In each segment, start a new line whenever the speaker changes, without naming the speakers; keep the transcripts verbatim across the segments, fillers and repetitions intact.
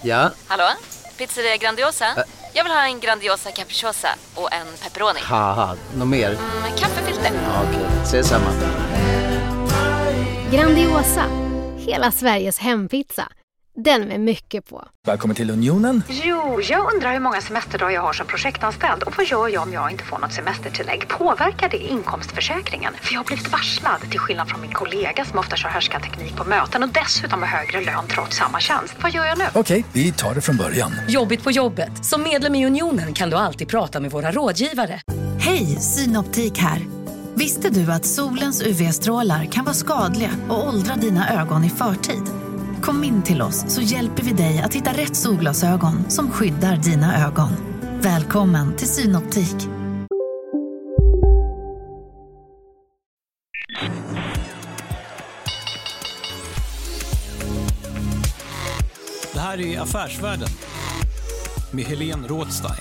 Ja?
Hallå? Pizzeria Grandiosa? Ä- Jag vill ha en Grandiosa capriciosa och en pepperoni.
Haha, något mer?
Mm, kaffefilter.
Ja, okej, okay. Ses samma.
Grandiosa, hela Sveriges hempizza. Den med mycket på.
Välkommen till Unionen.
Jo, jag undrar hur många semesterdagar jag har som projektanställd. Och vad gör jag om jag inte får något semestertillägg? Påverkar det inkomstförsäkringen? För jag har blivit varslad, till skillnad från min kollega som ofta kör härskarteknik på möten. Och dessutom har högre lön trots samma tjänst. Vad gör jag nu?
Okej, vi tar det från början.
Jobbigt på jobbet. Som medlem i Unionen kan du alltid prata med våra rådgivare.
Hej, Synoptik här. Visste du att solens U V-strålar kan vara skadliga och åldra dina ögon i förtid? Kom in till oss så hjälper vi dig att hitta rätt solglasögon som skyddar dina ögon. Välkommen till Synoptik.
Det här är Affärsvärlden med Helene Rådstein.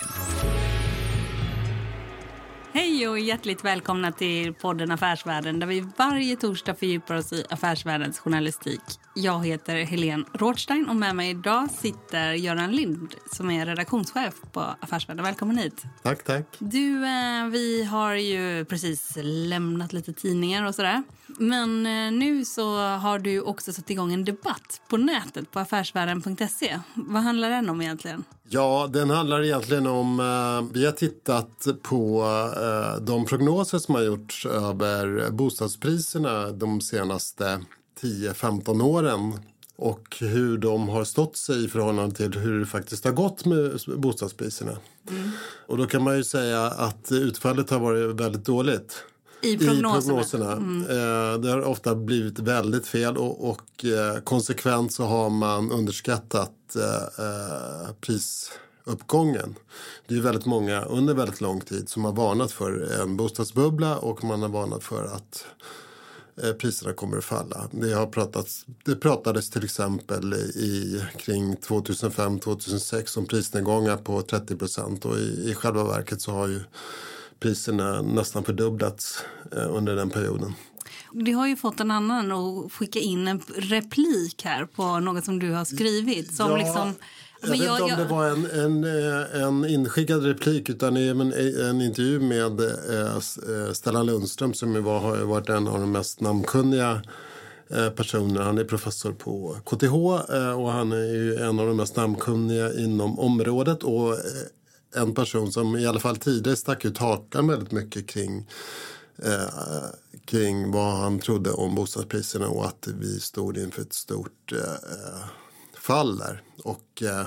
Hej och hjärtligt välkomna till podden Affärsvärlden där vi varje torsdag fördjupar oss i affärsvärldens journalistik. Jag heter Helene Rådstein och med mig idag sitter Göran Lind som är redaktionschef på Affärsvärlden. Välkommen hit.
Tack, tack.
Du, eh, vi har ju precis lämnat lite tidningar och sådär. Men eh, nu så har du också satt igång en debatt på nätet på affärsvärlden punkt se. Vad handlar den om egentligen?
Ja, den handlar egentligen om, eh, vi har tittat på eh, de prognoser som har gjorts över bostadspriserna de senaste tio femton åren och hur de har stått sig i förhållande till hur det faktiskt har gått med bostadspriserna. Mm. Och då kan man ju säga att utfallet har varit väldigt dåligt.
I prognoserna.
I prognoserna. Mm. Eh, det har ofta blivit väldigt fel och, och eh, konsekvent så har man underskattat eh, prisuppgången. Det är väldigt många under väldigt lång tid som har varnat för en bostadsbubbla och man har varnat för att eh, priserna kommer att falla. Det har pratats, det pratades till exempel i kring tjugohundrafem tjugohundrasex om prisnedgångar på trettio procent och i, i själva verket så har ju priserna nästan fördubblats under den perioden.
Det har ju fått en annan att skicka in en replik här på något som du har skrivit. Som
ja,
liksom,
jag vet inte om det var en, en, en inskickad replik utan en, en intervju med Stellan Lundström som var, har varit en av de mest namnkunniga personer. Han är professor på K T H och han är ju en av de mest namnkunniga inom området och en person som i alla fall tidigare stack ut hakan väldigt mycket kring, eh, kring vad han trodde om bostadspriserna och att vi stod inför ett stort eh, fall där. Och eh,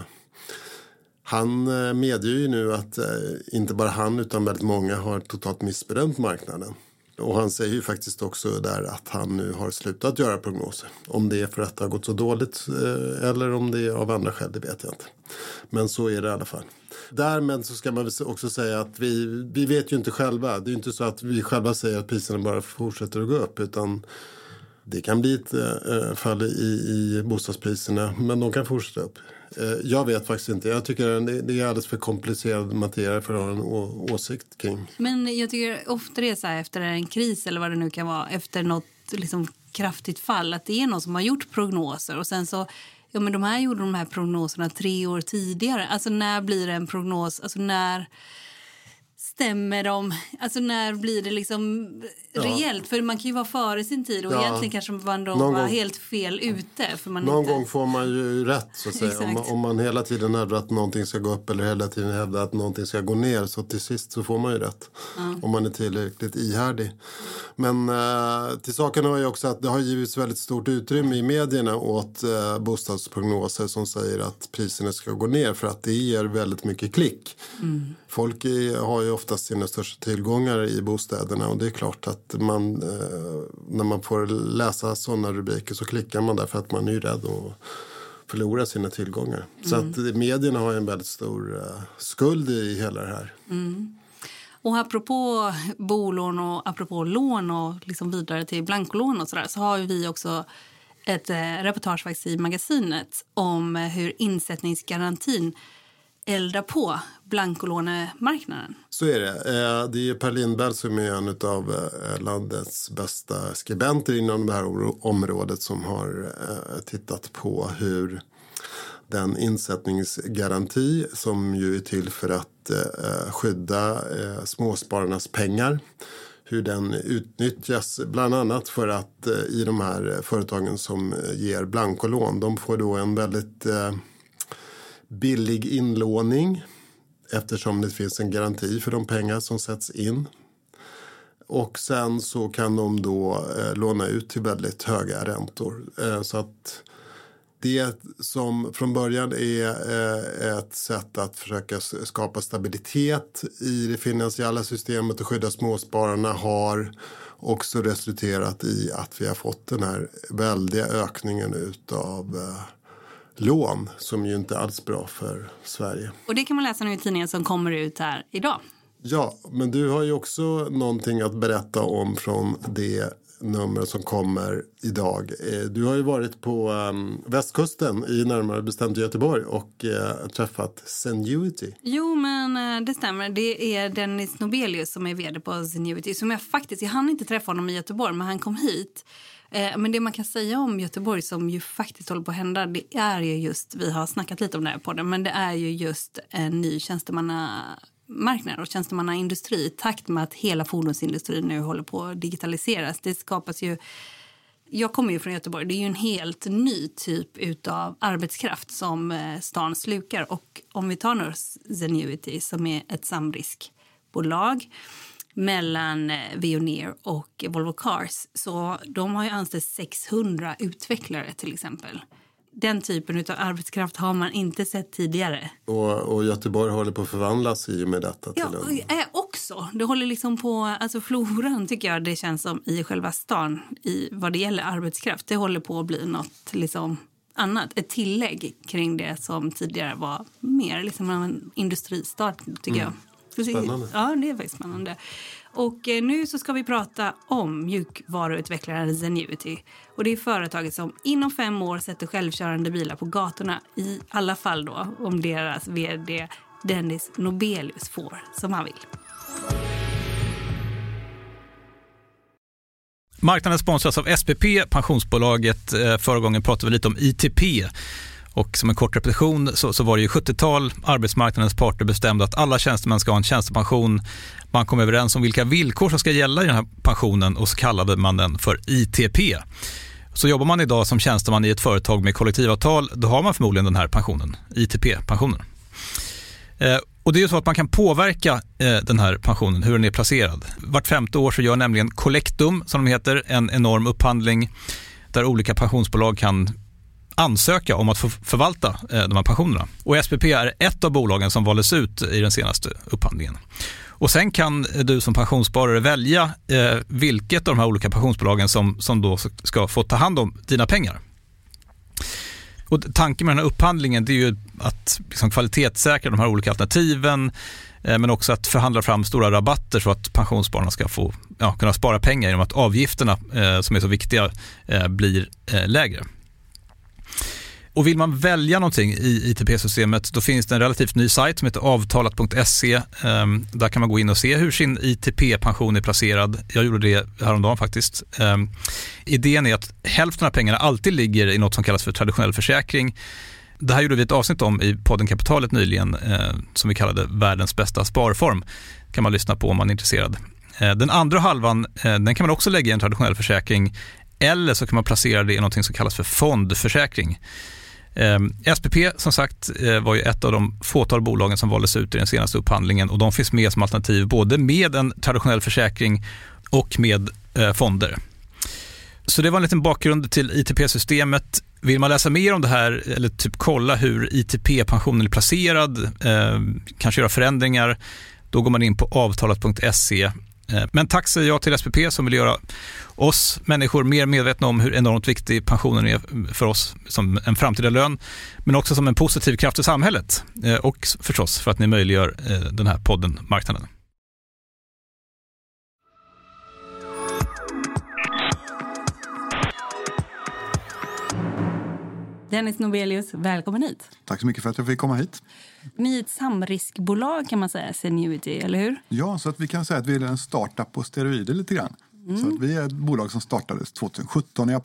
han medger ju nu att eh, inte bara han utan väldigt många har totalt missbedömt marknaden. Och han säger ju faktiskt också där att han nu har slutat göra prognoser. Om det är för att det har gått så dåligt eh, eller om det är av andra skäl, det vet jag inte. Men så är det i alla fall. Därmed så ska man också säga att vi, vi vet ju inte själva. Det är ju inte så att vi själva säger att priserna bara fortsätter att gå upp. Utan det kan bli ett äh, fall i, i bostadspriserna. Men de kan fortsätta upp. Äh, jag vet faktiskt inte. Jag tycker det, det är alldeles för komplicerad materia för att ha en å, åsikt kring.
Men jag tycker ofta det är så här efter en kris eller vad det nu kan vara. Efter något liksom kraftigt fall. Att det är någon som har gjort prognoser och sen så... Ja, men de här gjorde de här prognoserna tre år tidigare. Alltså när blir det en prognos? Alltså när stämmer de? Alltså när blir det liksom ja. reellt? För man kan ju vara före sin tid och ja. egentligen kanske man då var gång, helt fel ute. För man
någon
inte...
gång får man ju rätt så att säga. Om man, om man hela tiden hävdar att någonting ska gå upp eller hela tiden hävdar att någonting ska gå ner så till sist så får man ju rätt. Ja. Om man är tillräckligt ihärdig. Men eh, till saken har ju också att det har givits väldigt stort utrymme i medierna åt eh, bostadsprognoser som säger att priserna ska gå ner för att det ger väldigt mycket klick. Mm. Folk är, har ju oftast sina största tillgångar i bostäderna och det är klart att man, eh, när man får läsa sådana rubriker så klickar man där för att man är ju rädd att förlora sina tillgångar. Mm. Så att medierna har en väldigt stor eh, skuld i hela det här.
Mm. Och apropå bolån och apropå lån och liksom vidare till blankolån och sådär så har vi också ett eh, reportage faktiskt i magasinet om hur insättningsgarantin eldar på blankolånemarknaden.
Så är det. Det är Per Lindberg som är en av landets bästa skribenter inom det här området som har tittat på hur den insättningsgaranti som ju är till för att eh, skydda eh, småspararnas pengar. Hur den utnyttjas bland annat för att eh, i de här företagen som ger blankolån, de får då en väldigt eh, billig inlåning eftersom det finns en garanti för de pengar som sätts in. Och sen så kan de då eh, låna ut till väldigt höga räntor. Eh, så att det som från början är eh, ett sätt att försöka skapa stabilitet i det finansiella systemet och skydda småspararna har också resulterat i att vi har fått den här väldiga ökningen utav eh, lån som ju inte alls är bra för Sverige.
Och det kan man läsa nu i tidningen som kommer ut här idag.
Ja, men du har ju också någonting att berätta om från det nummer som kommer idag. Du har ju varit på um, västkusten i närmare bestämt Göteborg och uh, träffat Zenuity.
Jo, men uh, det stämmer. Det är Dennis Nobelius som är vd på Zenuity. Som jag faktiskt, jag hann inte träffa honom i Göteborg, men han kom hit. Uh, men det man kan säga om Göteborg som ju faktiskt håller på att hända, det är ju just, vi har snackat lite om det här på det, men det är ju just en ny tjänstemanna marknad och tjänstemannaindustri i takt med att hela fordonsindustrin nu håller på att digitaliseras. Det skapas ju, jag kommer ju från Göteborg, det är ju en helt ny typ utav arbetskraft som stan slukar. Och om vi tar nu Zenuity som är ett samriskbolag mellan Veoneer och Volvo Cars, så de har ju anställt sexhundra utvecklare till exempel. Den typen av arbetskraft har man inte sett tidigare.
Och, och Göteborg håller på att förvandlas i och med detta. Till
ja,
en...
äh, också. Det håller liksom på, alltså floran tycker jag det känns som i själva stan i vad det gäller arbetskraft. Det håller på att bli något liksom annat. Ett tillägg kring det som tidigare var mer liksom en industristad tycker
mm.
jag.
Spännande.
Ja, det är faktiskt spännande. Och eh, nu så ska vi prata om mjukvaruutvecklaren Zenuity. Och det är företaget som inom fem år sätter självkörande bilar på gatorna. I alla fall då om deras vd Dennis Nobelius får som han vill.
Marknaden sponsras av S P P, pensionsbolaget. Förra gången pratade vi lite om I T P. Och som en kort repetition så, så var det ju sjuttiotal arbetsmarknadens parter bestämde att alla tjänstemän ska ha en tjänstepension. Man kom överens om vilka villkor som ska gälla i den här pensionen och så kallade man den för I T P. Så jobbar man idag som tjänsteman i ett företag med kollektivavtal, då har man förmodligen den här pensionen, I T P-pensionen. Eh, och det är ju så att man kan påverka eh, den här pensionen, hur den är placerad. Vart femte år så gör nämligen Collectum, som de heter, en enorm upphandling där olika pensionsbolag kan ansöka om att få förvalta eh, de här pensionerna. Och S P P är ett av bolagen som valdes ut i den senaste upphandlingen. Och sen kan du som pensionssparare välja eh, vilket av de här olika pensionsbolagen som, som då ska få ta hand om dina pengar. Och tanken med den här upphandlingen det är ju att liksom, kvalitetssäkra de här olika alternativen eh, men också att förhandla fram stora rabatter så att pensionsspararna ska få ja, kunna spara pengar genom att avgifterna eh, som är så viktiga eh, blir eh, lägre. Och vill man välja någonting i I T P-systemet då finns det en relativt ny sajt som heter avtalat punkt se. Um, där kan man gå in och se hur sin I T P-pension är placerad. Jag gjorde det häromdagen faktiskt. Um, idén är att hälften av pengarna alltid ligger i något som kallas för traditionell försäkring. Det här gjorde vi ett avsnitt om i podden Kapitalet nyligen uh, som vi kallade världens bästa sparform. Kan man lyssna på om man är intresserad. Uh, den andra halvan uh, den kan man också lägga i en traditionell försäkring eller så kan man placera det i något som kallas för fondförsäkring. Um, S P P som sagt uh, var ju ett av de fåtal bolagen som valdes ut i den senaste upphandlingen och de finns med som alternativ både med en traditionell försäkring och med uh, fonder. Så det var en liten bakgrund till I T P-systemet. Vill man läsa mer om det här eller typ kolla hur I T P-pensionen är placerad, uh, kanske göra förändringar, då går man in på avtalat punkt se. Men tack säger jag till S P P som vill göra oss människor mer medvetna om hur enormt viktig pensionen är för oss som en framtida lön, men också som en positiv kraft i samhället och förstås för att ni möjliggör den här podden Marknaden.
Dennis Nobelius, välkommen hit.
Tack så mycket för att jag fick komma hit.
Ni är ett samriskbolag kan man säga, Zenuity, eller hur?
Ja, så att vi kan säga att vi är en startup på steroider lite grann. Mm. Så att vi är ett bolag som startades tjugohundrasjutton i april.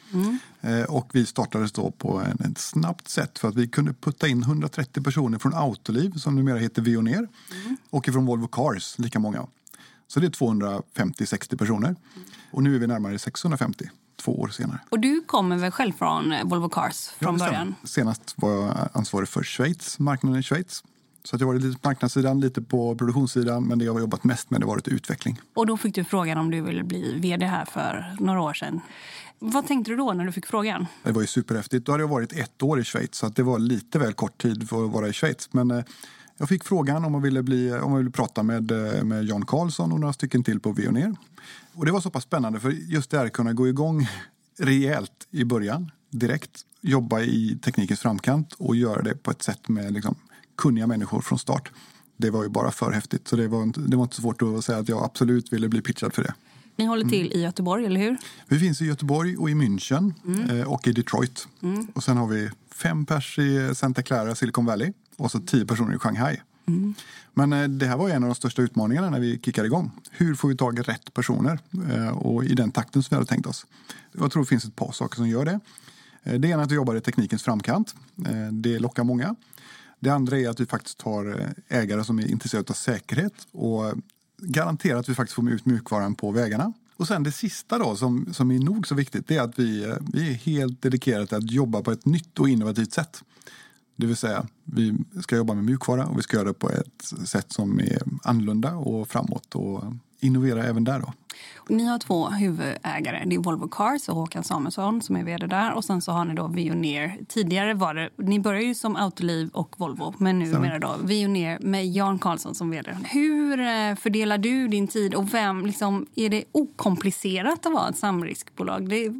Mm. Eh, och vi startades då på en, ett snabbt sätt för att vi kunde putta in hundratrettio personer från Autoliv, som numera heter Veoneer, mm. och ifrån Volvo Cars, lika många. Så det är tvåhundrafemtio till sextio personer. Mm. Och nu är vi närmare sexhundrafemtio, två år senare.
Och du kommer väl själv från Volvo Cars från
ja,
början?
Senast var jag ansvarig för Schweiz, marknaden i Schweiz. Så att jag var lite på marknadssidan, lite på produktionssidan, men det jag har jobbat mest med det har varit utveckling.
Och då fick du frågan om du ville bli vd här för några år sedan. Vad tänkte du då när du fick frågan? Det
var ju superhäftigt. Då hade jag varit ett år i Schweiz, så att det var lite väl kort tid för att vara i Schweiz. Men eh, jag fick frågan om jag ville, bli, om jag ville prata med, med Jan Karlsson och några stycken till på Veoneer. Och det var så pass spännande, för just det här att kunna gå igång rejält i början, direkt, jobba i teknikens framkant och göra det på ett sätt med liksom kunniga människor från start. Det var ju bara för häftigt, så det var inte, det var inte så svårt att säga att jag absolut ville bli pitchad för det.
Ni håller till
mm.
i Göteborg, eller hur?
Vi finns i Göteborg och i München
mm.
och i Detroit.
Mm.
Och sen har vi fem pers i Santa Clara, Silicon Valley, och så tio personer i Shanghai.
Mm.
Men det här var en av de största utmaningarna när vi kickade igång. Hur får vi tag i rätt personer och i den takten som vi hade tänkt oss? Jag tror det finns ett par saker som gör det. Det ena är att vi jobbar i teknikens framkant. Det lockar många. Det andra är att vi faktiskt har ägare som är intresserade av säkerhet och garanterar att vi faktiskt får ut mjukvaran på vägarna. Och sen det sista då som, som är nog så viktigt, det är att vi, vi är helt dedikerade till att jobba på ett nytt och innovativt sätt. Det vill säga, vi ska jobba med mjukvara och vi ska göra det på ett sätt som är annorlunda och framåt och innovera även där då.
Ni har två huvudägare. Det är Volvo Cars och Håkan Samuelsson som är vd där. Och sen så har ni då Veoneer. Tidigare var det, ni började ju som Autoliv och Volvo. Men nu är det då Veoneer med Jan Karlsson som vd. Hur fördelar du din tid och vem, liksom, är det okomplicerat att vara ett samriskbolag? Det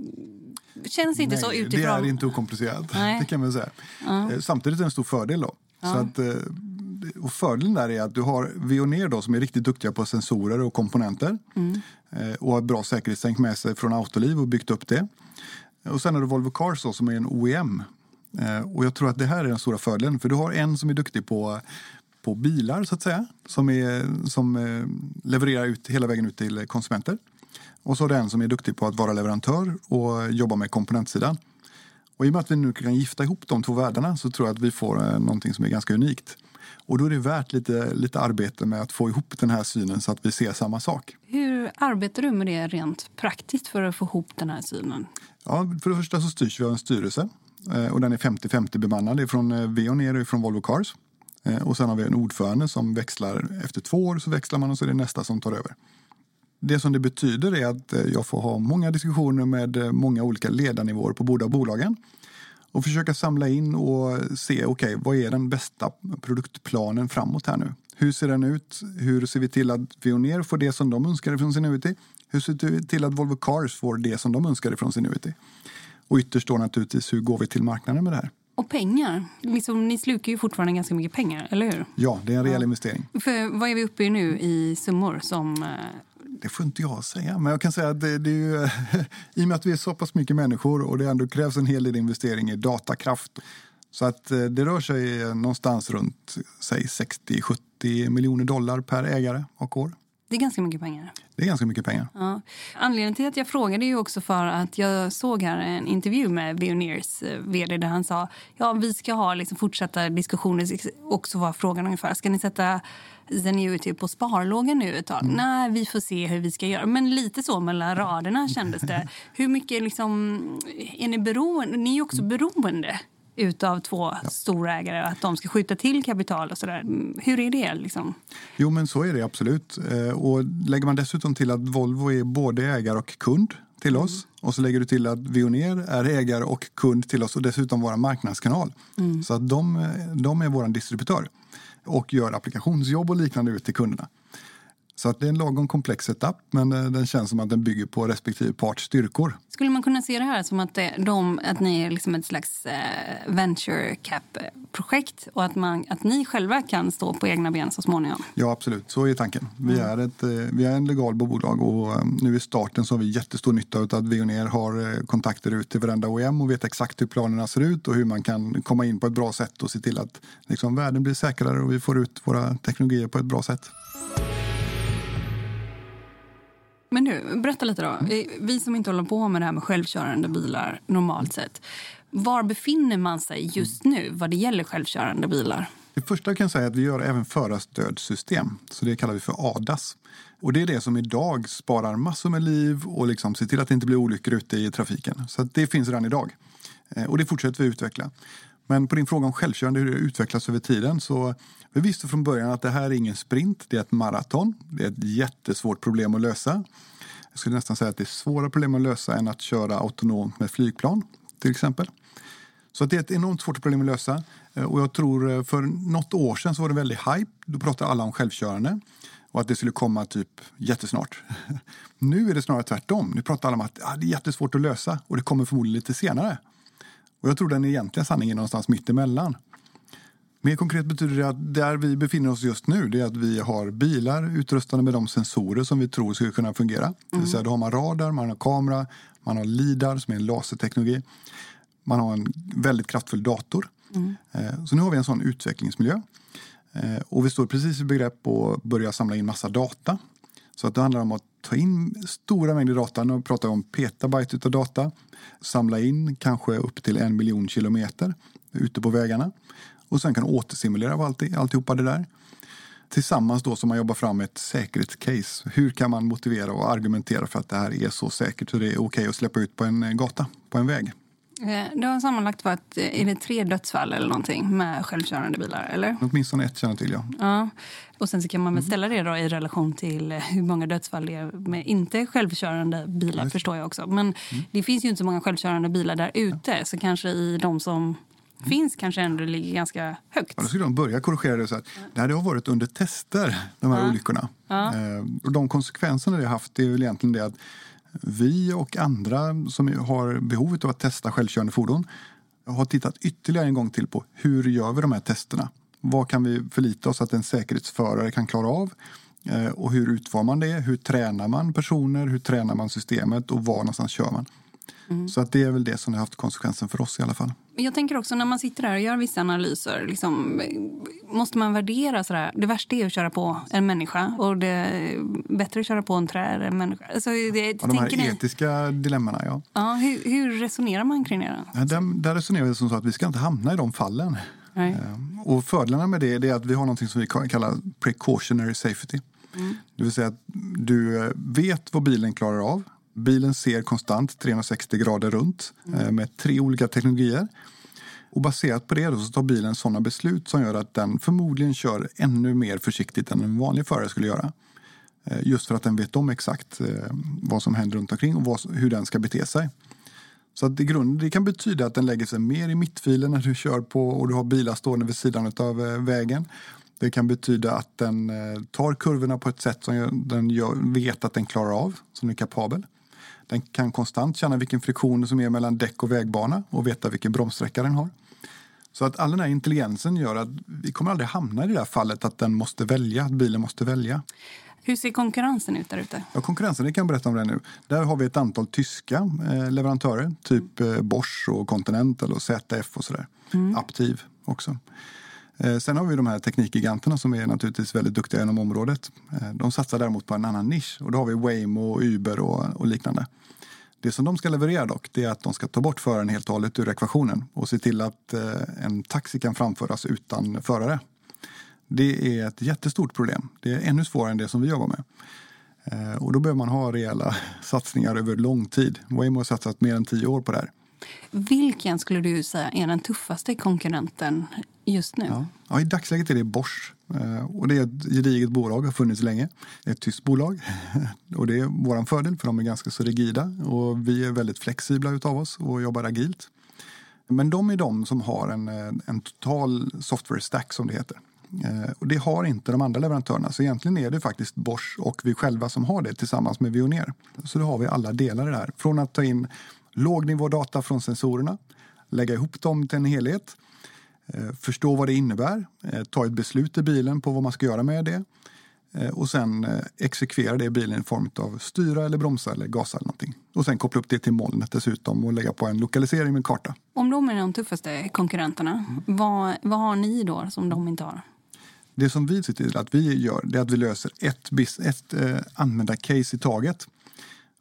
känns inte
Nej,
så utifrån.
Det är inte okomplicerat, Nej. det kan man säga.
Uh.
Samtidigt är det en stor fördel då.
Uh.
Så att, och fördelen där är att du har Veoneer då som är riktigt duktiga på sensorer och komponenter.
Mm.
Och har bra säkerhetstänk med sig från Autoliv och byggt upp det. Och sen har du Volvo Cars då, som är en O E M. Och jag tror att det här är den stora fördelen. För du har en som är duktig på, på bilar så att säga. Som, är, som levererar ut hela vägen ut till konsumenter. Och så har du en som är duktig på att vara leverantör och jobba med komponentsidan. Och i och med att vi nu kan gifta ihop de två världarna så tror jag att vi får någonting som är ganska unikt. Och då är det värt lite, lite arbete med att få ihop den här synen så att vi ser samma sak.
Hur arbetar du med det rent praktiskt för att få ihop den här synen?
Ja, för det första så styrs vi av en styrelse. Och den är femtio femtio bemannad. Det är från Veoneer och från Volvo Cars. Och sen har vi en ordförande som växlar efter två år, så växlar man och så är det nästa som tar över. Det som det betyder är att jag får ha många diskussioner med många olika ledarnivåer på båda bolagen. Och försöka samla in och se, okej, okay, vad är den bästa produktplanen framåt här nu? Hur ser den ut? Hur ser vi till att Veoneer får det som de önskar från sin U T? Hur ser vi till att Volvo Cars får det som de önskar från sin U T? Och ytterst då naturligtvis, hur går vi till marknaden med det här?
Och pengar. Liksom, ni slukar ju fortfarande ganska mycket peng, eller hur?
Ja, det är en rejäl ja. investering.
För vad är vi uppe i nu i summor som...
Det får inte jag säga, men jag kan säga att det, det är ju, i och med att vi är så pass mycket människor och det ändå krävs en hel del investering i datakraft. Så att det rör sig någonstans runt, säg sextio till sjuttio miljoner dollar per ägare och år.
Det är ganska mycket pengar.
Det är ganska mycket pengar.
Ja. Anledningen till att jag frågade är ju också för att jag såg här en intervju med Veoneers vd där han sa ja, vi ska ha liksom fortsatta diskussioner. Också var frågan ungefär, ska ni sätta Zenivity på sparlågen nu ett tag? Mm. Nej, vi får se hur vi ska göra. Men lite så mellan raderna kändes det. Hur mycket liksom, är ni beroende? Ni är ju också beroende utav två ja. stora ägare, att de ska skjuta till kapital och sådär. Hur är det liksom?
Jo, men så är det absolut. Och lägger man dessutom till att Volvo är både ägare och kund till oss, mm. och så lägger du till att Veoneer är ägare och kund till oss och dessutom vår marknadskanal. Mm. Så att de, de är vår distributör och gör applikationsjobb och liknande ut till kunderna. Så att det är en lagom komplex setup, men den känns som att den bygger på respektive parts styrkor.
Skulle man kunna se det här som att, det, de, att ni är liksom ett slags eh, venture cap-projekt och att, man, att ni själva kan stå på egna ben så småningom? Ja,
absolut. Så är tanken. Vi är, ett, vi är en legal bolag och nu i starten så har vi jättestor nytta av att Veoneer har kontakter ut till varenda O E M och vet exakt hur planerna ser ut och hur man kan komma in på ett bra sätt och se till att liksom, världen blir säkrare och vi får ut våra teknologier på ett bra sätt.
Men du, berätta lite då. Vi som inte håller på med det här med självkörande bilar normalt sett. Var befinner man sig just nu vad det gäller självkörande bilar?
Det första kan jag säga är att vi gör även förarstödssystem. Så det kallar vi för A D A S. Och det är det som idag sparar massor med liv och liksom ser till att det inte blir olyckor ute i trafiken. Så att det finns redan idag. Och det fortsätter vi utveckla. Men på din fråga om självkörande, hur det utvecklas över tiden, så vi visste från början att det här är ingen sprint, det är ett maraton. Det är ett jättesvårt problem att lösa. Jag skulle nästan säga att det är svåra problem att lösa än att köra autonomt med flygplan till exempel. Så att det är ett enormt svårt problem att lösa. Och jag tror för något år sedan så var det väldigt hype. Då pratade alla om självkörande. Och att det skulle komma typ jättesnart. Nu är det snarare tvärtom. Nu pratar alla om att ah, det är jättesvårt att lösa. Och det kommer förmodligen lite senare. Och jag tror den egentliga sanningen är någonstans mitt emellan. Mer konkret betyder det att där vi befinner oss just nu, det är att vi har bilar utrustade med de sensorer som vi tror skulle kunna fungera. Mm. Det vill säga, då har man radar, man har kamera, man har lidar som är en laserteknologi. Man har en väldigt kraftfull dator. Mm. Så nu har vi en sån utvecklingsmiljö. Och vi står precis i begrepp att börja samla in massa data. Så att det handlar om att ta in stora mängder data. Nu pratar vi om petabyte utav data. Samla in kanske upp till en miljon kilometer ute på vägarna. Och sen kan återsimulera allt, alltihopa det där. Tillsammans då som man jobbar fram ett säkerhetscase. Hur kan man motivera och argumentera för att det här är så säkert så det är okej att släppa ut på en gata, på en väg.
Det har sammanlagt varit, är det tre dödsfall eller någonting med självkörande bilar, eller?
Åtminstone ett känner till, ja.
Ja. Och sen så kan man väl ställa det då i relation till hur många dödsfall det är med inte självkörande bilar, mm. förstår jag också. Men mm. det finns ju inte så många självkörande bilar där ute, ja. Så kanske i de som mm. finns kanske ändå ligger ganska högt. Ja, då skulle de börja korrigera det så att ja. det här har varit under tester, de här ja. olyckorna. Ja. Eh, och de konsekvenserna det har haft är väl egentligen det att vi och andra som har behovet av att testa självkörande fordon har tittat ytterligare en gång till på hur gör vi de här testerna. Vad kan vi förlita oss att en säkerhetsförare kan klara av? Och hur utformar man det? Hur tränar man personer? Hur tränar man systemet? Och var någonstans kör man? Mm. Så att det är väl det som har haft konsekvensen för oss i alla fall. Jag tänker också när man sitter där och gör vissa analyser, liksom, måste man värdera sådär. Det värsta är att köra på en människa och det är bättre att köra på en trä än en människa. Alltså, det,
ja, de här ni? etiska dilemmorna, ja.
ja hur, hur resonerar man kring det då?
Ja, där, där resonerar vi som så att vi ska inte hamna i de fallen.
Nej.
Och fördelarna med det är att vi har något som vi kallar precautionary safety. Mm. Det vill säga att du vet vad bilen klarar av. Bilen ser konstant trehundrasextio grader runt mm. med tre olika teknologier. Och baserat på det då så tar bilen sådana beslut som gör att den förmodligen kör ännu mer försiktigt än en vanlig förare skulle göra. Just för att den vet om exakt vad som händer runt omkring och vad, hur den ska bete sig. Så att i grunden, det kan betyda att den lägger sig mer i mittfilen när du kör på och du har bilar stående vid sidan av vägen. Det kan betyda att den tar kurvorna på ett sätt som den gör, vet att den klarar av, som är kapabel. Den kan konstant känna vilken friktion som är mellan däck och vägbana och veta vilken bromssträcka den har. Så att all den här intelligensen gör att vi kommer aldrig hamna i det där fallet att den måste välja, att bilen måste välja.
Hur ser konkurrensen ut där ute?
Ja, konkurrensen, det kan jag berätta om det nu. Där har vi ett antal tyska eh, leverantörer, typ eh, Bosch och Continental och Z F och sådär. Mm. Aptiv också. Eh, sen har vi de här teknikgiganterna som är naturligtvis väldigt duktiga inom området. Eh, de satsar däremot på en annan nisch och då har vi Waymo och Uber och, och liknande. Det som de ska leverera dock, det är att de ska ta bort föraren helt och hållet ur ekvationen och se till att eh, en taxi kan framföras utan förare. Det är ett jättestort problem. Det är ännu svårare än det som vi jobbar med. Eh, och då behöver man ha rejäla satsningar över lång tid. Waymo har satsat mer än tio år på det här.
Vilken skulle du säga är den tuffaste konkurrenten just nu?
Ja, ja i dagsläget är det Bosch. Eh, och det är ett gediget bolag, har funnits länge. Det är ett tyskt bolag. Och det är våran fördel för de är ganska så rigida. Och vi är väldigt flexibla utav oss och jobbar agilt. Men de är de som har en, en total software stack som det heter. Eh, och det har inte de andra leverantörerna. Så egentligen är det faktiskt Bosch och vi själva som har det tillsammans med Veoneer. Så då har vi alla delar i det här. Från att ta in lågnivådata från sensorerna, lägga ihop dem till en helhet, eh, förstå vad det innebär, eh, ta ett beslut i bilen på vad man ska göra med det eh, och sen eh, exekvera det i bilen i form av styra eller bromsa eller gasa eller någonting. Och sen koppla upp det till molnet dessutom och lägga på en lokalisering med karta.
Om de är de tuffaste konkurrenterna, mm. vad, vad har ni då som de inte har?
Det som vi ser till att vi gör, det är att vi löser ett, ett eh, använda case i taget.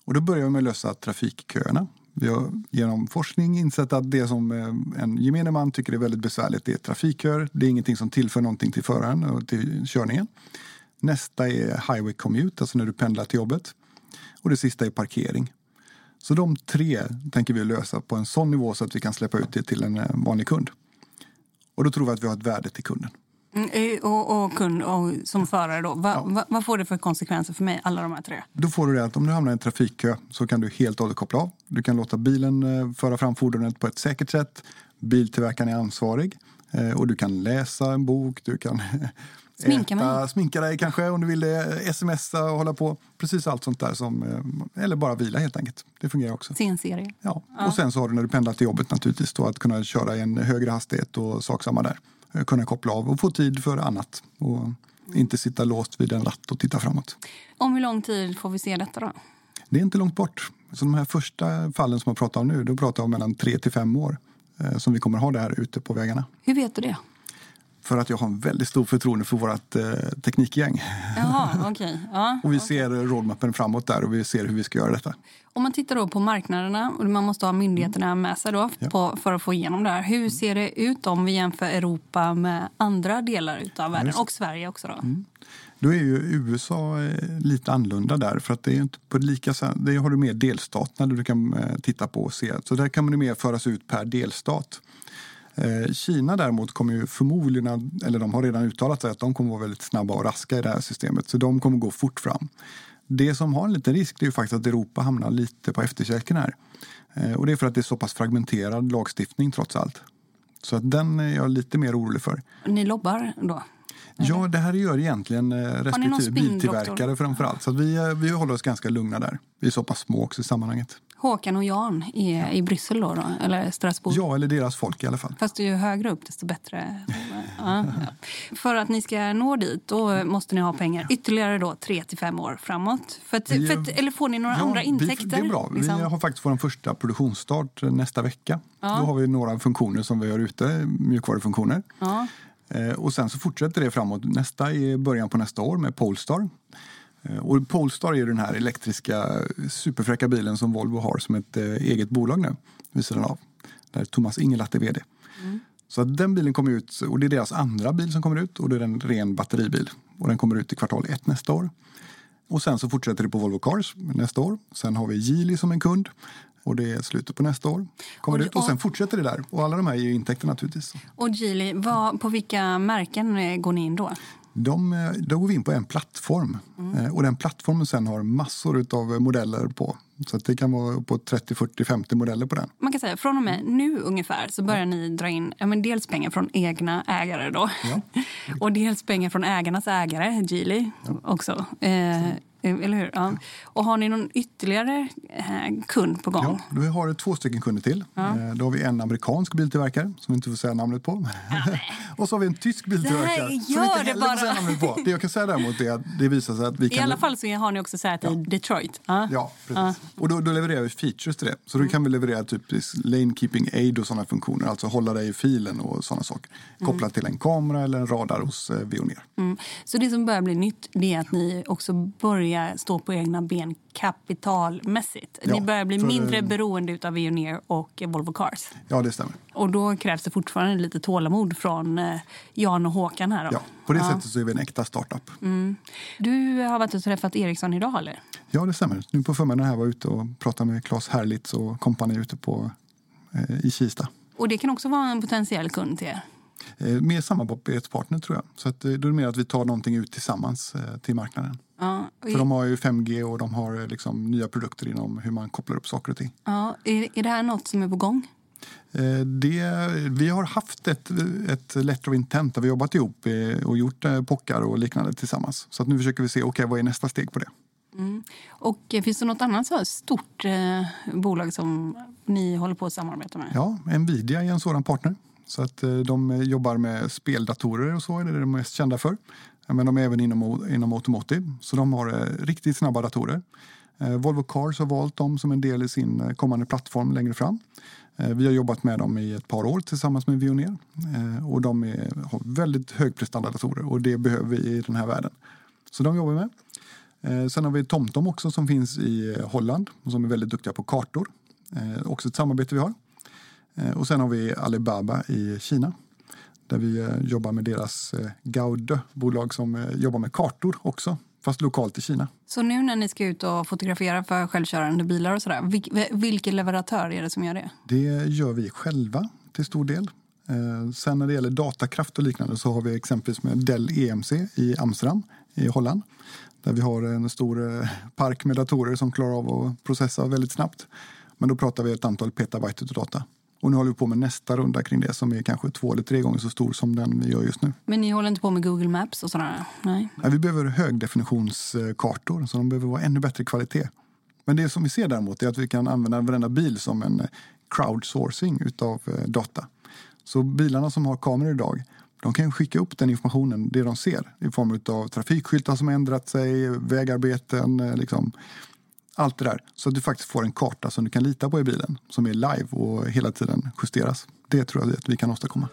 Och då börjar vi med att lösa trafikköerna. Vi har genom forskning insett att det som en gemene man tycker är väldigt besvärligt, det är trafikköer. Det är ingenting som tillför någonting till föraren och till körningen. Nästa är highway commute, alltså när du pendlar till jobbet. Och det sista är parkering. Så de tre tänker vi lösa på en sån nivå så att vi kan släppa ut det till en vanlig kund. Och då tror vi att vi har ett värde till kunden.
Mm, och, och kund och som förare då, va, ja. va, vad får det för konsekvenser för mig, alla de här tre?
Då får du det att om du hamnar i en trafikkö så kan du helt och hållet koppla av. Du kan låta bilen föra fram fordonet på ett säkert sätt. Biltillverkaren är ansvarig. Och du kan läsa en bok, du kan
sminka,
äta, sminka dig kanske om du vill det, smsa och hålla på. Precis allt sånt där som, eller bara vila helt enkelt. Det fungerar också.
Se en serie.
Ja. ja, och sen så har du när du pendlar till jobbet naturligtvis då att kunna köra i en högre hastighet och saksamma där. Kunna koppla av och få tid för annat och mm. inte sitta låst vid en ratt och titta framåt.
Om hur lång tid får vi se detta då?
Det är inte långt bort. Så de här första fallen som jag pratar om nu, då pratar jag om mellan tre till fem år eh, som vi kommer ha det här ute på vägarna.
Hur vet du det?
För att jag har en väldigt stor förtroende för vårt eh, teknikgäng.
Jaha, okej. Okay. Ja,
och vi
okay.
ser roadmappen framåt där och vi ser hur vi ska göra detta.
Om man tittar då på marknaderna och man måste ha myndigheterna med sig då ja. på, för att få igenom det här. Hur ser det ut om vi jämför Europa med andra delar av världen och Sverige också då?
Mm. Då är ju U S A lite annorlunda där för att det är inte på lika sätt. Det har du mer delstaterna där du kan titta på och se. Så där kan man mer föras ut per delstat. Kina däremot kommer ju förmodligen, eller de har redan uttalat sig att de kommer vara väldigt snabba och raska i det här systemet. Så de kommer gå fort fram. Det som har en liten risk är ju faktiskt att Europa hamnar lite på efterkälken här. Och det är för att det är så pass fragmenterad lagstiftning trots allt. Så att den är jag lite mer orolig för.
Ni lobbar då?
Ja, det här gör egentligen respektive biltillverkare framförallt. Så att vi, vi håller oss ganska lugna där. Vi är så pass små också i sammanhanget.
Håkan och Jan är i Bryssel då, då? Eller Strasbourg?
Ja, eller deras folk i alla fall.
Fast ju högre upp desto bättre. Ja, ja. För att ni ska nå dit då måste ni ha pengar ytterligare då tre till fem år framåt. För att, vi, för att, eller får ni några ja, andra intäkter?
Vi, det är bra.
Liksom?
Vi har faktiskt vår första produktionsstart nästa vecka.
Ja.
Då har vi några funktioner som vi har ute, mjukvarufunktioner.
Ja.
Och sen så fortsätter det framåt. Nästa är början på nästa år med Polestar. Och Polestar är den här elektriska superfräcka bilen som Volvo har som ett eget bolag nu vid sidan av. Där Thomas Ingelat är vd. Mm. Så att den bilen kommer ut, och det är deras andra bil som kommer ut och det är en ren batteribil. Och den kommer ut i kvartal ett nästa år. Och sen så fortsätter det på Volvo Cars nästa år. Sen har vi Geely som en kund. Och det är slutet på nästa år. Kommer och, ut, och sen fortsätter det där. Och alla de här är ju intäkter naturligtvis.
Och Geely, vad, på vilka märken går ni in då?
De, då går vi in på en plattform. Mm. Och den plattformen sen har massor av modeller på. Så att det kan vara på trettio, fyrtio, femtio modeller på den.
Man kan säga från och med nu ungefär så börjar ja. ni dra in ja, men dels pengar från egna ägare då. Ja. och dels pengar från ägarnas ägare, Geely ja. också. Eh, eller hur? Ja. Och har ni någon ytterligare eh, kund på gång?
Ja, vi har två stycken kunder till. Ja. Eh, då har vi en amerikansk biltillverkare som vi inte får säga namnet på. Ja, och så har vi en tysk biltillverkare
nej,
som vi inte heller
bara.
får säga namnet på. Det jag kan säga däremot är att det visar sig att vi kan...
I alla fall så har ni också sagt ja. i Detroit.
Ja, ja precis. Ja. Och då, då levererar vi features till det. Så då kan vi leverera typ lane keeping aid och sådana funktioner. Alltså hålla dig i filen och sådana saker. Mm. Kopplat till en kamera eller en radar hos eh, Veoneer.
Mm. Så det som börjar bli nytt det är att ni också börjar stå på egna ben kapitalmässigt. Ja, ni börjar bli mindre det... beroende av Veoneer och Volvo Cars.
Ja, det stämmer.
Och då krävs det fortfarande lite tålamod från eh, Jan och Håkan här då.
Ja, på det
ja.
sättet så är vi en äkta startup.
Mm. Du har varit och träffat Ericsson idag, eller?
Ja, det stämmer. Nu på förmiddagen här var jag ute och pratade med Claes Herlitz och kompani ute på, eh, i Kista.
Och det kan också vara en potentiell kund till er?
Eh, mer samarbetspartner tror jag. Så att, eh, då är det mer att vi tar någonting ut tillsammans eh, till marknaden. Ja, och för de har ju fem G och de har liksom nya produkter inom hur man kopplar upp saker och ting.
Ja, är, är det här något som är på gång?
Eh, det, vi har haft ett, ett letter of intent där vi jobbat ihop och gjort eh, pockar och liknande tillsammans. Så att nu försöker vi se, okej, okay, vad är nästa steg på det?
Mm. Och eh, finns det något annat så stort eh, bolag som ni håller på att samarbeta med?
Ja, Nvidia är en sådan partner. Så att eh, de jobbar med speldatorer och så, är det de mest kända för. Men de är även inom, inom automotive, så de har eh, riktigt snabba datorer. Eh, Volvo Cars har valt dem som en del i sin kommande plattform längre fram. Eh, vi har jobbat med dem i ett par år tillsammans med Veoneer. Eh, och de är, har väldigt högprestanda datorer och det behöver vi i den här världen. Så de jobbar vi med. Sen har vi TomTom också som finns i Holland och som är väldigt duktiga på kartor. Också ett samarbete vi har. Och sen har vi Alibaba i Kina där vi jobbar med deras Gaude-bolag som jobbar med kartor också, fast lokalt i Kina.
Så nu när ni ska ut och fotografera för självkörande bilar och sådär, vil- vilken leverantör är det som gör det?
Det gör vi själva till stor del. Sen när det gäller datakraft och liknande så har vi exempelvis med Dell E M C i Amsterdam i Holland. Där vi har en stor park med datorer som klarar av att processa väldigt snabbt. Men då pratar vi ett antal petabyte av data. Och nu håller vi på med nästa runda kring det som är kanske två eller tre gånger så stor som den vi gör just nu.
Men ni håller inte på med Google Maps och sådär? Nej.
Nej, vi behöver högdefinitionskartor så de behöver vara ännu bättre kvalitet. Men det som vi ser däremot är att vi kan använda varenda bil som en crowdsourcing utav data. Så bilarna som har kameror idag, de kan skicka upp den informationen, det de ser, i form av trafikskyltar som har ändrat sig, vägarbeten, liksom allt det där. Så att du faktiskt får en karta som du kan lita på i bilen, som är live och hela tiden justeras. Det tror jag att vi kan åstadkomma.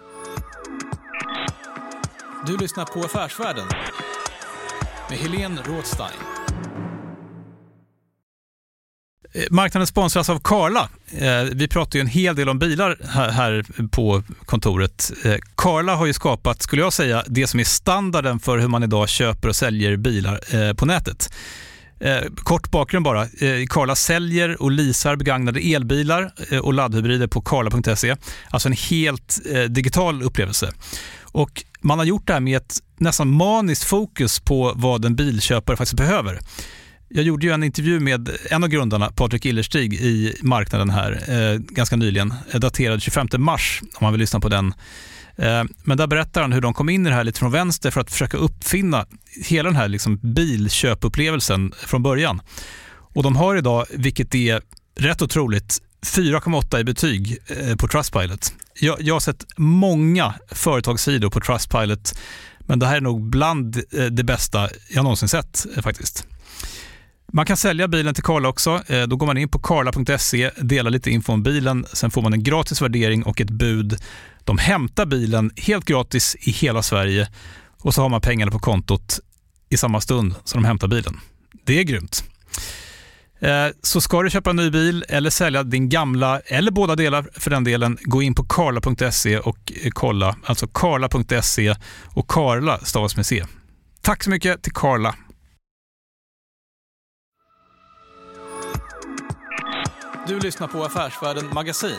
Du lyssnar på Affärsvärlden med Helene Rådstein. Marknaden sponsras av Carla. Vi pratar ju en hel del om bilar här på kontoret. Carla har ju skapat, skulle jag säga, det som är standarden för hur man idag köper och säljer bilar på nätet. Kort bakgrund bara. Carla säljer och leasar begagnade elbilar och laddhybrider på carla punkt se. Alltså en helt digital upplevelse. Och man har gjort det här med ett nästan maniskt fokus på vad en bilköpare faktiskt behöver. Jag gjorde ju en intervju med en av grundarna, Patrik Illerstig, i marknaden här eh, ganska nyligen, daterad tjugofemte mars om man vill lyssna på den. Eh, men där berättar han hur de kom in i det här lite från vänster för att försöka uppfinna hela den här liksom bilköpupplevelsen från början. Och de har idag, vilket är rätt otroligt, fyra komma åtta i betyg eh, på Trustpilot. Jag, jag har sett många företagssidor på Trustpilot, men det här är nog bland eh, det bästa jag någonsin sett eh, faktiskt. Man kan sälja bilen till Carla också. Då går man in på carla punkt se, delar lite info om bilen. Sen får man en gratis värdering och ett bud. De hämtar bilen helt gratis i hela Sverige. Och så har man pengarna på kontot i samma stund som de hämtar bilen. Det är grymt. Så ska du köpa en ny bil eller sälja din gamla, eller båda delar för den delen, gå in på carla punkt se och kolla. Alltså carla punkt se och Carla stavas med C. Tack så mycket till Carla. Du lyssnar på Affärsvärlden Magasin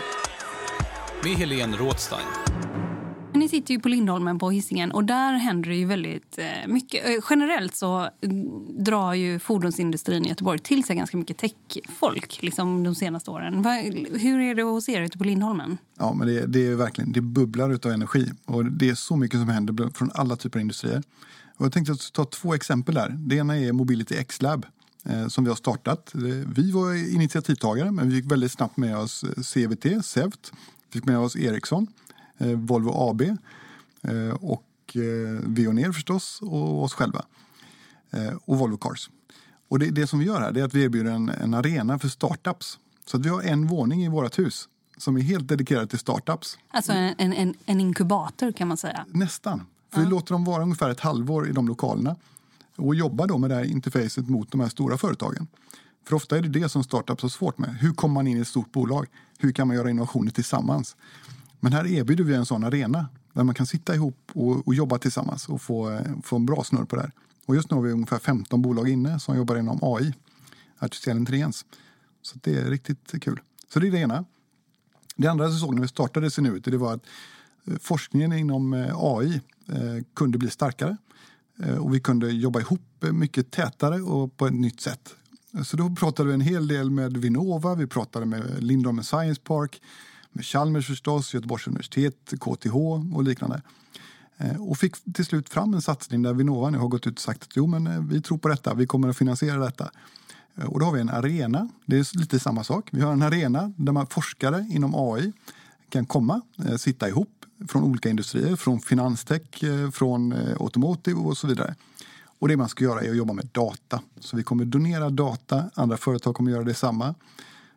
med Helene Rådstein.
Ni sitter ju på Lindholmen på Hisingen och där händer det ju väldigt mycket. Generellt så drar ju fordonsindustrin i Göteborg till sig ganska mycket techfolk liksom de senaste åren. Hur är det hos er ute på Lindholmen?
Ja, men det, det är verkligen, det bubblar utav energi och det är så mycket som händer från alla typer av industrier. Och jag tänkte ta två exempel där. Det ena är Mobility X-Lab som vi har startat. Vi var initiativtagare men vi fick väldigt snabbt med oss C V T, Sevt, fick med oss Ericsson, Volvo A B och Veoneer förstås och oss själva och Volvo Cars. Och det, det som vi gör här det är att vi erbjuder en, en arena för startups. Så att vi har en våning i vårt hus som är helt dedikerad till startups.
Alltså en, en, en inkubator kan man säga?
Nästan. För ja. Vi låter dem vara ungefär ett halvår i de lokalerna. Och jobba då med det här interfacet mot de här stora företagen. För ofta är det det som startups har svårt med. Hur kommer man in i ett stort bolag? Hur kan man göra innovationer tillsammans? Men här erbjuder vi en sån arena där man kan sitta ihop och, och jobba tillsammans och få, få en bra snurr på det här. Och just nu har vi ungefär femton bolag inne som jobbar inom A I, artificiell intelligens. Så det är riktigt kul. Så det är det ena. Det andra jag såg när vi startade Zenuity, det var att forskningen inom A I kunde bli starkare. Och vi kunde jobba ihop mycket tätare och på ett nytt sätt. Så då pratade vi en hel del med Vinnova, vi pratade med Lindholmen Science Park, med Chalmers förstås, Göteborgs universitet, K T H och liknande. Och fick till slut fram en satsning där Vinnova nu har gått ut och sagt att jo men vi tror på detta, vi kommer att finansiera detta. Och då har vi en arena, det är lite samma sak. Vi har en arena där man forskare inom A I kan komma, sitta ihop från olika industrier, från finanstech, från automotive och så vidare. Och det man ska göra är att jobba med data. Så vi kommer donera data, andra företag kommer göra detsamma.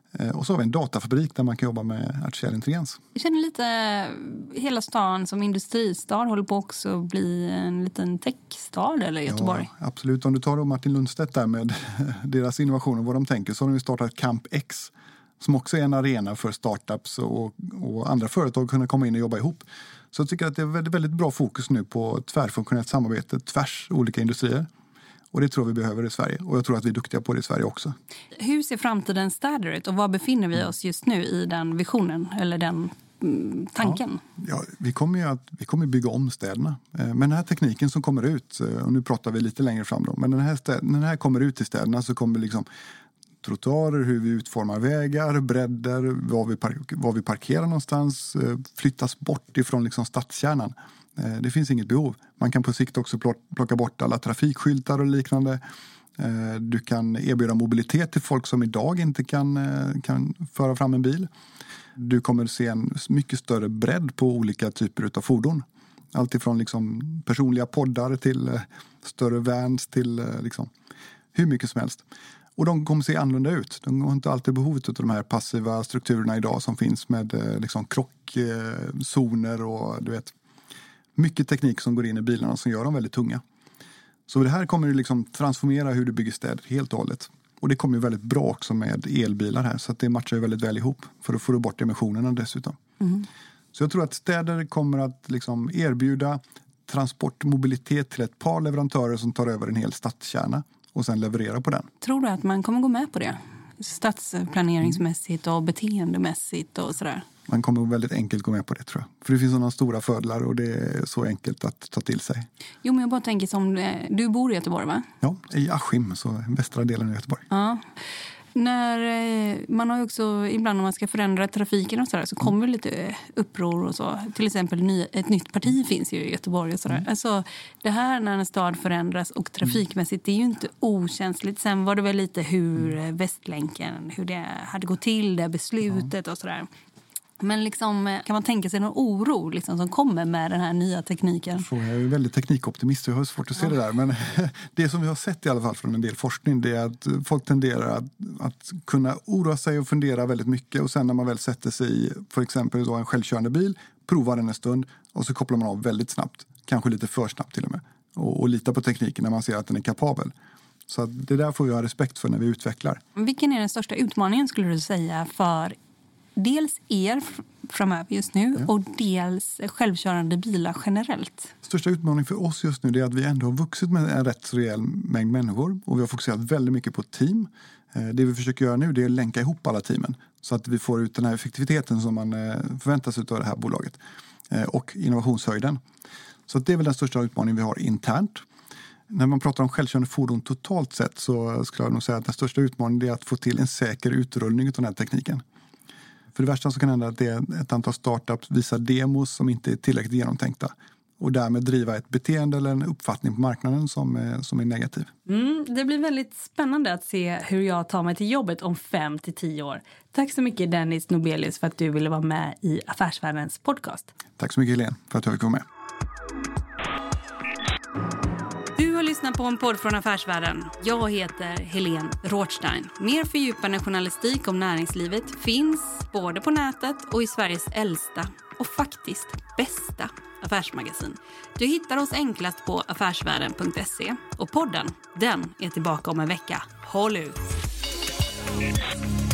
Och så har vi en datafabrik där man kan jobba med artificiell intelligens.
Jag känner lite hela stan som industristad håller på också att bli en liten techstad eller Göteborg.
Ja, absolut. Om du tar då Martin Lundstedt där med deras innovationer och vad de tänker, så har de startat Camp X som också är en arena för startups och, och andra företag att kunna komma in och jobba ihop. Så jag tycker att det är väldigt, väldigt bra fokus nu på tvärfunktionellt samarbete tvärs olika industrier. Och det tror vi behöver i Sverige. Och jag tror att vi är duktiga på det i Sverige också.
Hur ser framtidens städer ut? Och var befinner vi oss just nu i den visionen? Eller den mm, tanken?
Ja, ja, vi kommer ju att vi kommer bygga om städerna. Men den här tekniken som kommer ut, och nu pratar vi lite längre fram då. Men den här städ, när den här kommer ut i städerna så kommer liksom trottoarer, hur vi utformar vägar, bredder, var vi, park, var vi parkerar någonstans, flyttas bort ifrån liksom stadskärnan. Det finns inget behov. Man kan på sikt också plocka bort alla trafikskyltar och liknande. Du kan erbjuda mobilitet till folk som idag inte kan, kan föra fram en bil. Du kommer se en mycket större bredd på olika typer av fordon. Allt ifrån liksom personliga poddar till större vans till liksom hur mycket som helst. Och de kommer se annorlunda ut. De har inte alltid behovet av de här passiva strukturerna idag som finns med liksom krockzoner och du vet, mycket teknik som går in i bilarna som gör dem väldigt tunga. Så det här kommer ju liksom transformera hur du bygger städer helt och hållet. Och det kommer ju väldigt bra också med elbilar här, så att det matchar ju väldigt väl ihop. För då får du bort emissionerna dessutom. Mm. Så jag tror att städer kommer att liksom erbjuda transportmobilitet till ett par leverantörer som tar över en hel stadskärna och sen levererar på den.
Tror du att man kommer gå med på det? Stadsplaneringsmässigt och beteendemässigt och sådär?
Man kommer väldigt enkelt gå med på det, tror jag. För det finns sådana stora fördelar och det är så enkelt att ta till sig.
Jo, men jag bara tänker som... Du bor i Göteborg, va?
Ja, i Askim, så västra delen av Göteborg.
Ja. När, man har ju också, ibland när man ska förändra trafiken och sådär, så kommer mm. lite uppror och så. Till exempel ny, ett nytt parti finns ju i Göteborg och sådär. Mm. Alltså det här när en stad förändras och trafikmässigt, det är ju inte okänsligt. Sen var det väl lite hur mm. Västlänken, hur det hade gått till, det beslutet mm. och sådär. Men liksom, kan man tänka sig någon oro liksom, som kommer med den här nya tekniken?
Jag är ju väldigt teknikoptimist, jag har svårt att se ja. det där. Men det som vi har sett i alla fall från en del forskning, det är att folk tenderar att, att kunna oroa sig och fundera väldigt mycket. Och sen när man väl sätter sig i för exempel då en självkörande bil, provar den en stund och så kopplar man av väldigt snabbt. Kanske lite för snabbt till och med. Och, och lita på tekniken när man ser att den är kapabel. Så att det där får vi ha respekt för när vi utvecklar.
Vilken är den största utmaningen skulle du säga för dels er framöver just nu ja. och dels självkörande bilar generellt?
Största utmaningen för oss just nu är att vi ändå har vuxit med en rätt rejäl mängd människor och vi har fokuserat väldigt mycket på team. Det vi försöker göra nu är att länka ihop alla teamen så att vi får ut den här effektiviteten som man förväntar sig av det här bolaget och innovationshöjden. Så det är väl den största utmaningen vi har internt. När man pratar om självkörande fordon totalt sett så skulle jag nog säga att den största utmaningen är att få till en säker utrullning av den här tekniken. För det värsta så kan hända att det är ett antal startups visar demos som inte är tillräckligt genomtänkta. Och därmed driva ett beteende eller en uppfattning på marknaden som är, som är negativ.
Mm, det blir väldigt spännande att se hur jag tar mig till jobbet om fem till tio år. Tack så mycket Dennis Nobelius för att du ville vara med i Affärsvärldens podcast.
Tack så mycket Helene för att jag fick vara med.
Du har lyssnat på en podd från Affärsvärlden. Jag heter Helene Rothstein. Mer fördjupande journalistik om näringslivet finns både på nätet och i Sveriges äldsta och faktiskt bästa affärsmagasin. Du hittar oss enklast på affärsvärlden punkt se och podden, den är tillbaka om en vecka. Håll ut!